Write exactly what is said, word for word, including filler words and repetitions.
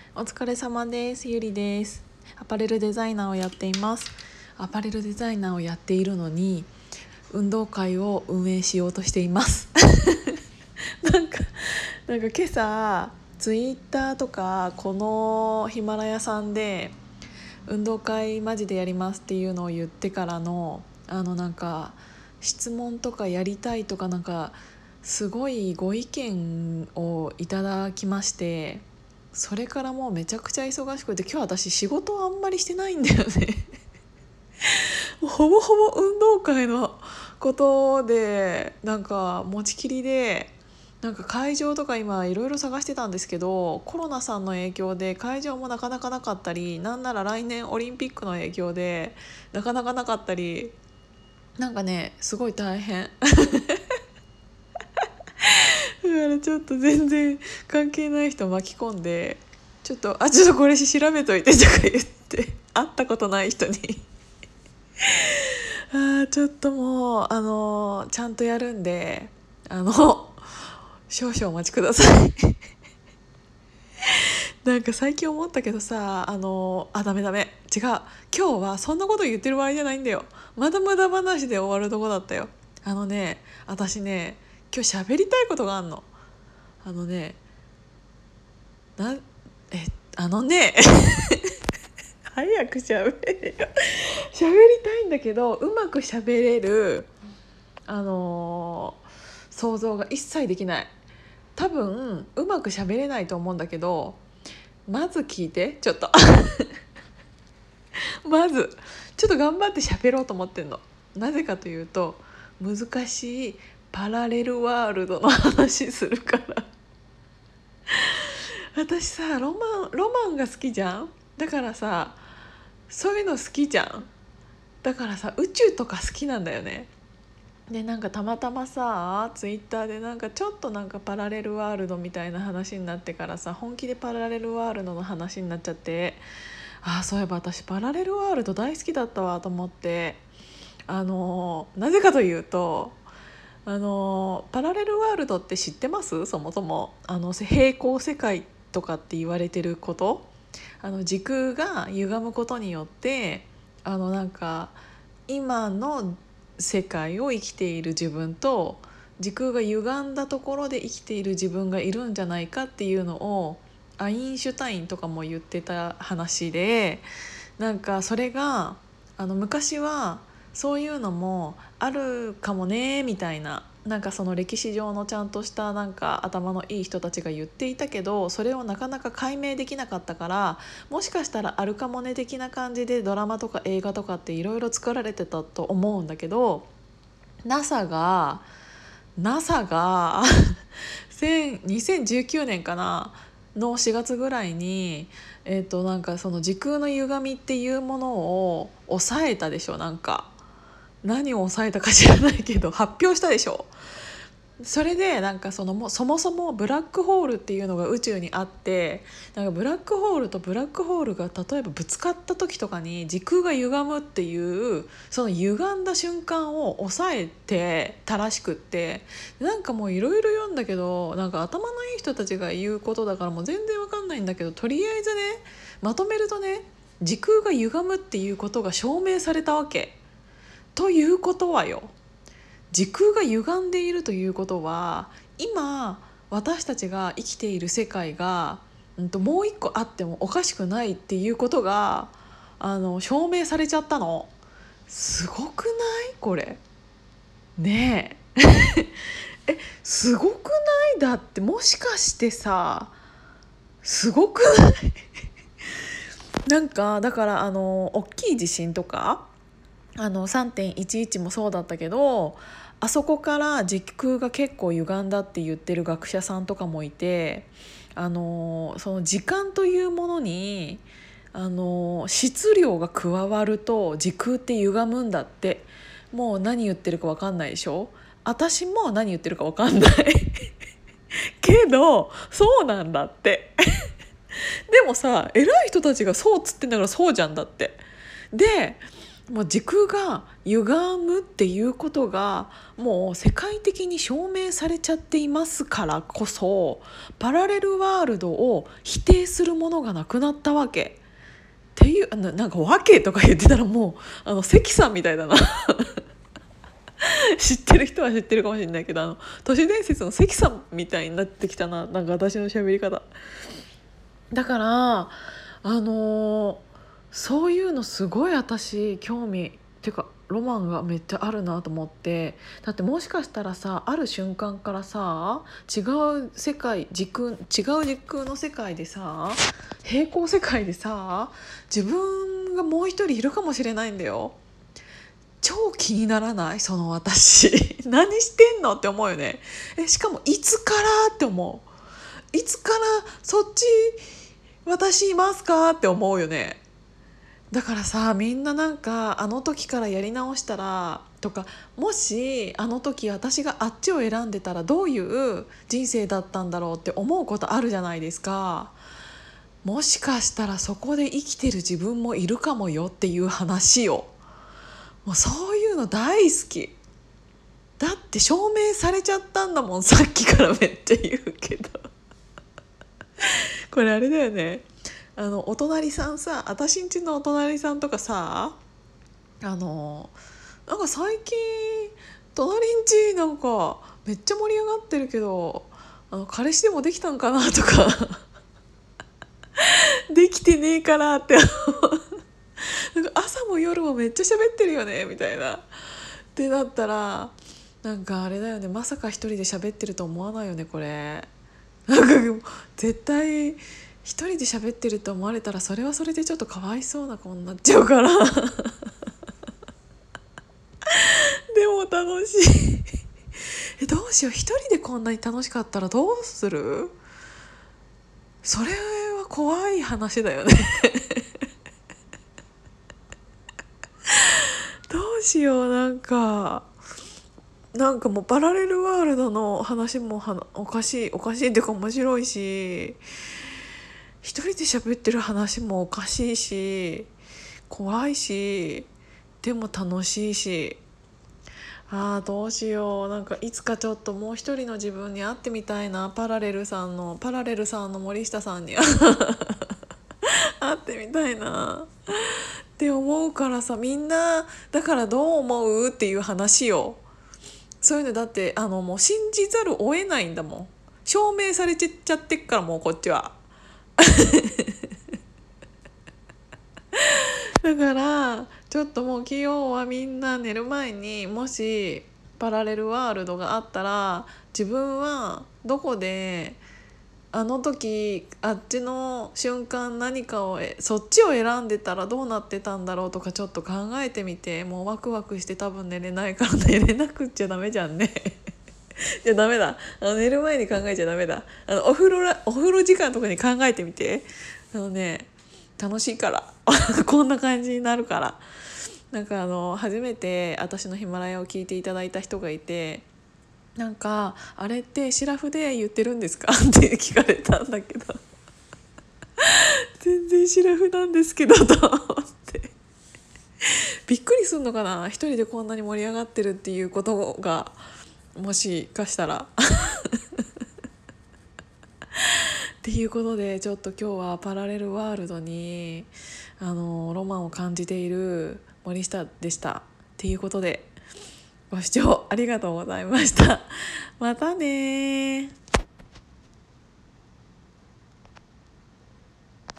お疲れ様です。ゆりです。アパレルデザイナーをやっています。アパレルデザイナーをやっているのに運動会を運営しようとしていますなんかなんか今朝ツイッターとかこのヒマラヤさんで運動会マジでやりますっていうのを言ってからのあのなんか質問とかやりたいとかなんかすごいご意見をいただきまして、それからもうめちゃくちゃ忙しくて、今日私仕事あんまりしてないんだよねもうほぼほぼ運動会のことでなんか持ちきりで、なんか会場とか今いろいろ探してたんですけど、コロナさんの影響で会場もなかなかなかったり、なんなら来年オリンピックの影響でなかなかなかったり、なんかねすごい大変だからちょっと全然関係ない人巻き込んで、ちょっとあちょっとこれ調べといてとか言って会ったことない人にあちょっともうあのちゃんとやるんで、あの少々お待ちくださいなんか最近思ったけどさ、あのあダメダメ違う、今日はそんなこと言ってる場合じゃないんだよ。まだまだ話で終わるとこだったよ。あのね私ね今日喋りたいことがあんの。あのねなえあのね早く喋れよ喋りたいんだけどうまく喋れるあのー想像が一切できない。多分うまく喋れないと思うんだけど、まず聞いてちょっとまずちょっと頑張って喋ろうと思ってんの。なぜかというと難しいパラレルワールドの話するから私さロマンロマンが好きじゃん。だからさそういうの好きじゃん。だからさ宇宙とか好きなんだよね。でなんかたまたまさツイッターでなんかちょっとなんかパラレルワールドみたいな話になってからさ、本気でパラレルワールドの話になっちゃって、ああそういえば私パラレルワールド大好きだったわと思って、あのなぜかというとあのパラレルワールドって知ってます？そもそもあの平行世界とかって言われてること、あの時空が歪むことによってあのなんか今の世界を生きている自分と時空が歪んだところで生きている自分がいるんじゃないかっていうのをアインシュタインとかも言ってた話で、なんかそれがあの昔はそういうのもあるかもねみたいな、なんかその歴史上のちゃんとしたなんか頭のいい人たちが言っていたけど、それをなかなか解明できなかったから、もしかしたらあるかもね的な感じでドラマとか映画とかっていろいろ作られてたと思うんだけど、 NASA が NASA がにせんじゅうきゅうねんかなのしがつぐらいに、えー、となんかその時空の歪みっていうものを抑えたでしょ。なんか何を抑えたか知らないけど発表したでしょ。それでなんかそのもそもそもブラックホールっていうのが宇宙にあって、なんかブラックホールとブラックホールが例えばぶつかった時とかに時空が歪むっていうその歪んだ瞬間を抑えてたらしくって、なんかもういろいろ読んだけどなんか頭のいい人たちが言うことだからもう全然わかんないんだけど、とりあえずねまとめるとね、時空が歪むっていうことが証明されたわけ。ということはよ、時空が歪んでいるということは今私たちが生きている世界が、うん、ともう一個あってもおかしくないっていうことがあの証明されちゃったの。すごくないこれねええすごくない？だってもしかしてさすごくないなんかだからあの大きい地震とかあの さんてんいちいち もそうだったけど、あそこから時空が結構歪んだって言ってる学者さんとかもいて、あのその時間というものにあの質量が加わると時空って歪むんだって。もう何言ってるか分かんないでしょ。私も何言ってるか分かんないけどそうなんだってでもさ偉い人たちがそうっつってんだからそうじゃんだって。でもう時空が歪むっていうことがもう世界的に証明されちゃっていますからこそ、パラレルワールドを否定するものがなくなったわけっていう、な、なんかわけとか言ってたらもうあの関さんみたいだな知ってる人は知ってるかもしれないけど、あの都市伝説の関さんみたいになってきたな、なんか私の喋り方だから、あのーそういうのすごい私興味っていうかロマンがめっちゃあるなと思って。だってもしかしたらさ、ある瞬間からさ、違う世界時空違う時空の世界でさ、平行世界でさ、自分がもう一人いるかもしれないんだよ。超気にならない？その私何してんのって思うよね。えしかもいつからって思う。いつからそっち私いますかって思うよね。だからさ、みんななんかあの時からやり直したらとか、もしあの時私があっちを選んでたらどういう人生だったんだろうって思うことあるじゃないですか。もしかしたらそこで生きてる自分もいるかもよっていう話を、もうそういうの大好き。だって証明されちゃったんだもん。さっきからめっちゃ言うけどこれあれだよね、あのお隣さんさ、私んちのお隣さんとかさ、あのなんか最近隣んちなんかめっちゃ盛り上がってるけど、あの彼氏でもできたんかなとかできてねえからってなんか朝も夜もめっちゃ喋ってるよねみたいなってなったら、なんかあれだよね、まさか一人で喋ってると思わないよねこれ。なんか絶対一人で喋ってると思われたらそれはそれでちょっとかわいそうな子になっちゃうからでも楽しいえどうしよう、一人でこんなに楽しかったらどうする？それは怖い話だよねどうしよう、なんかなんかもうパラレルワールドの話もはおかしいおかしいっていうか面白いし、一人で喋ってる話もおかしいし怖いし、でも楽しいし、あーどうしよう、なんかいつかちょっともう一人の自分に会ってみたいな。パラレルさんのパラレルさんの森下さんに会ってみたいなって思うからさ、みんなだからどう思うっていう話を、そういうのだってあのもう信じざるを得ないんだもん。証明されちゃってっからもうこっちはだからちょっともう今日はみんな寝る前に、もしパラレルワールドがあったら自分はどこであの時あっちの瞬間何かをえそっちを選んでたらどうなってたんだろうとかちょっと考えてみて。もうワクワクして多分寝れないから寝れなくっちゃダメじゃんねいやダメだ、あの寝る前に考えちゃダメだ。あのお風呂らお風呂時間とかに考えてみて。あのね楽しいからこんな感じになるから。なんかあの初めて私のヒマラヤを聞いていただいた人がいて、なんかあれってシラフで言ってるんですかって聞かれたんだけど全然シラフなんですけどと思ってびっくりするのかな、一人でこんなに盛り上がってるっていうことがもしかしたらっていうことで、ちょっと今日はパラレルワールドにあのロマンを感じている森下でした。っていうことでご視聴ありがとうございました。またね。